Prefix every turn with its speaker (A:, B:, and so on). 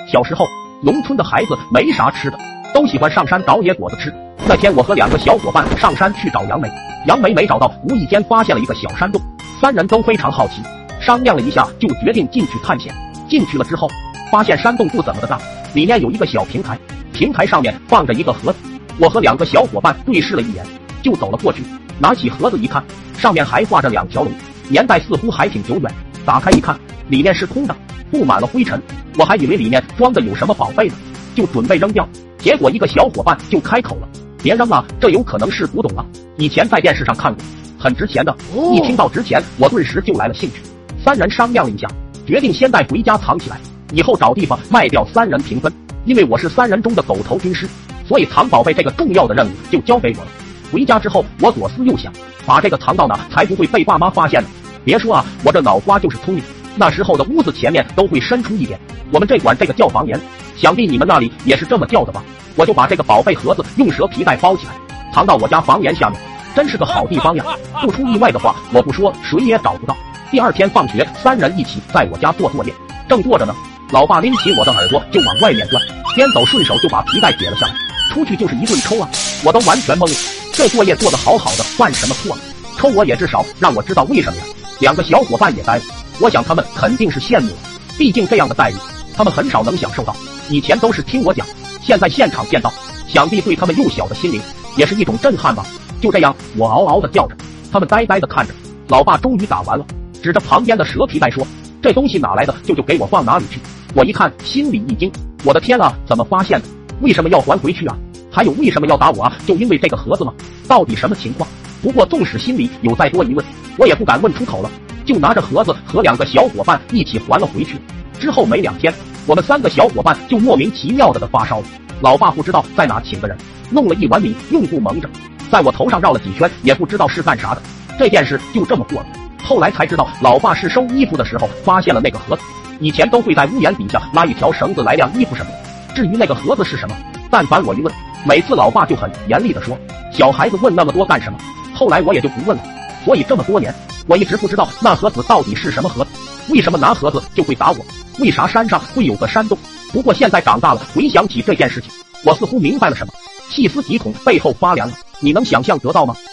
A: 小时候，农村的孩子没啥吃的，都喜欢上山找野果子吃。那天我和2个小伙伴上山去找杨梅，杨梅没找到，无意间发现了一个小山洞，3人都非常好奇，商量了一下就决定进去探险。进去了之后，发现山洞不怎么的大，里面有一个小平台，平台上面放着一个盒子。我和2个小伙伴对视了一眼，就走了过去，拿起盒子一看，上面还画着2条龙，年代似乎还挺久远。打开一看，里面是空的，布满了灰尘，我还以为里面装的有什么宝贝呢，就准备扔掉。结果一个小伙伴就开口了：“别扔了，这有可能是古董啊，以前在电视上看过，很值钱的。”一听到值钱，我顿时就来了兴趣。3人商量了一下，决定先带回家藏起来，以后找地方卖掉，3人平分。因为我是3人中的狗头军师，所以藏宝贝这个重要的任务就交给我了。回家之后，我左思右想，把这个藏到哪才不会被爸妈发现呢？别说啊，我这脑瓜就是聪明。那时候的屋子前面都会伸出一点，我们这管这个叫房檐，想必你们那里也是这么叫的吧？我就把这个宝贝盒子用蛇皮袋包起来，藏到我家房檐下面，真是个好地方呀！不出意外的话，我不说谁也找不到。第2天放学，3人一起在我家做作业，正做着呢，老爸拎起我的耳朵就往外面转，边走顺手就把皮带解了下来，出去就是一顿抽啊！我都完全懵了，这作业做得好好的，犯什么错了？抽我也至少让我知道为什么呀！2个小伙伴也呆了，我想他们肯定是羡慕了，毕竟这样的待遇他们很少能享受到，以前都是听我讲，现在现场见到，想必对他们幼小的心灵也是一种震撼吧。就这样，我嗷嗷的叫着，他们呆呆的看着。老爸终于打完了，指着旁边的蛇皮袋说：“这东西哪来的？就给我放哪里去。”我一看心里一惊，我的天啊，怎么发现的？为什么要还回去啊？还有为什么要打我啊？就因为这个盒子吗？到底什么情况？不过纵使心里有再多疑问，我也不敢问出口了，就拿着盒子和2个小伙伴一起还了回去。之后没2天，我们3个小伙伴就莫名其妙的发烧了。老爸不知道在哪请个人，弄了1碗米用布蒙着，在我头上绕了几圈，也不知道是干啥的。这件事就这么过了。后来才知道，老爸是收衣服的时候发现了那个盒子，以前都会在屋檐底下拉一条绳子来晾衣服什么的。至于那个盒子是什么，但凡我一问，每次老爸就很严厉的说：“小孩子问那么多干什么？”后来我也就不问了。所以这么多年，我一直不知道那盒子到底是什么盒子，为什么拿盒子就会打我，为啥山上会有个山洞。不过现在长大了，回想起这件事情，我似乎明白了什么，细思极恐，背后发凉了。你能想象得到吗？